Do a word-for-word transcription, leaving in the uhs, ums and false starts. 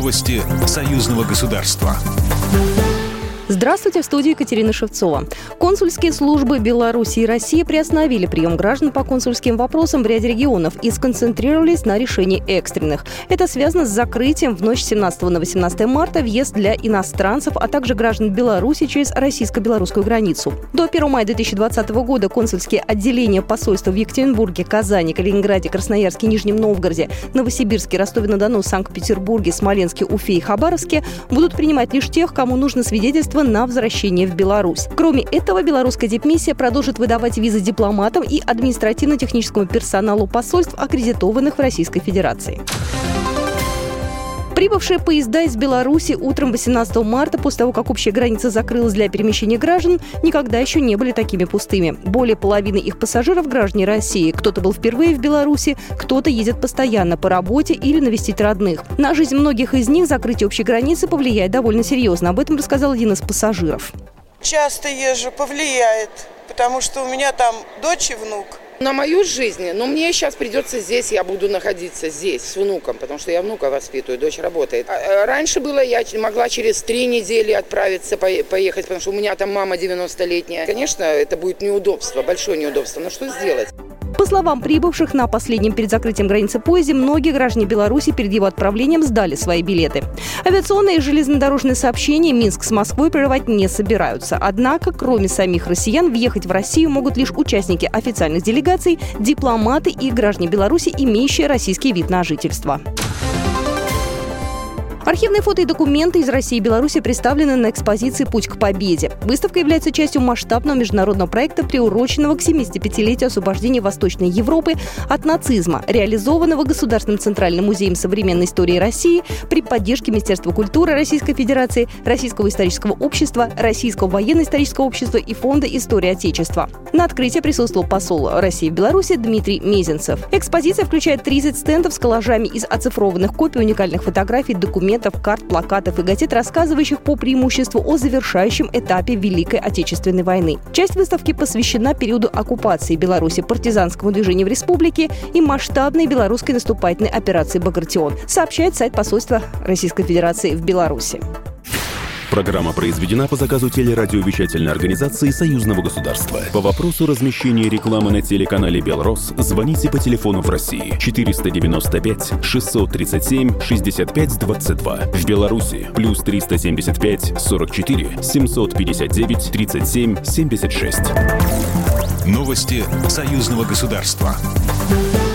Новости союзного государства. Здравствуйте, в студии Екатерина Шевцова. Консульские службы Беларуси и России приостановили прием граждан по консульским вопросам в ряде регионов и сконцентрировались на решении экстренных. Это связано с закрытием в ночь с семнадцатого на восемнадцатое марта въезд для иностранцев, а также граждан Беларуси через российско-белорусскую границу. До первого мая две тысячи двадцатого года консульские отделения посольства в Екатеринбурге, Казани, Калининграде, Красноярске, Нижнем Новгороде, Новосибирске, Ростове-на-Дону, Санкт-Петербурге, Смоленске, Уфе и Хабаровске будут принимать лишь тех, кому нужно свидетельство на возвращение в Беларусь. Кроме этого, белорусская дипмиссия продолжит выдавать визы дипломатам и административно-техническому персоналу посольств, аккредитованных в Российской Федерации. Прибывшие поезда из Беларуси утром восемнадцатого марта, после того, как общая граница закрылась для перемещения граждан, никогда еще не были такими пустыми. Более половины их пассажиров – граждане России. Кто-то был впервые в Беларуси, кто-то едет постоянно по работе или навестить родных. На жизнь многих из них закрытие общей границы повлияет довольно серьезно. Об этом рассказал один из пассажиров. Часто езжу, повлияет, потому что у меня там дочь и внук. На мою жизнь, но мне сейчас придется здесь, я буду находиться здесь с внуком, потому что я внука воспитываю, дочь работает. А раньше было, я могла через три недели отправиться, поехать, потому что у меня там мама девяностолетняя. Конечно, это будет неудобство, большое неудобство, но что сделать? По словам прибывших на последнем перед закрытием границы поезде, многие граждане Беларуси перед его отправлением сдали свои билеты. Авиационные и железнодорожные сообщения Минск с Москвой прерывать не собираются. Однако, кроме самих россиян, въехать в Россию могут лишь участники официальных делегаций, дипломаты и граждане Беларуси, имеющие российский вид на жительство. Архивные фото и документы из России и Беларуси представлены на экспозиции «Путь к победе». Выставка является частью масштабного международного проекта, приуроченного к семидесятипятилетию освобождения Восточной Европы от нацизма, реализованного Государственным центральным музеем современной истории России при поддержке Министерства культуры Российской Федерации, Российского исторического общества, Российского военно-исторического общества и Фонда истории Отечества. На открытии присутствовал посол России в Беларуси Дмитрий Мезенцев. Экспозиция включает тридцать стендов с коллажами из оцифрованных копий уникальных фотографий, документов, карт, плакатов и газет, рассказывающих по преимуществу о завершающем этапе Великой Отечественной войны. Часть выставки посвящена периоду оккупации Беларуси, партизанскому движению в республике и масштабной белорусской наступательной операции «Багратион», сообщает сайт посольства Российской Федерации в Беларуси. Программа произведена по заказу телерадиовещательной организации Союзного государства. По вопросу размещения рекламы на телеканале «Белрос» звоните по телефону в России четыреста девяносто пять шестьсот тридцать семь шестьдесят пять двадцать два. В Беларуси плюс триста семьдесят пять сорок четыре семьсот пятьдесят девять тридцать семь семьдесят шесть. Новости союзного государства.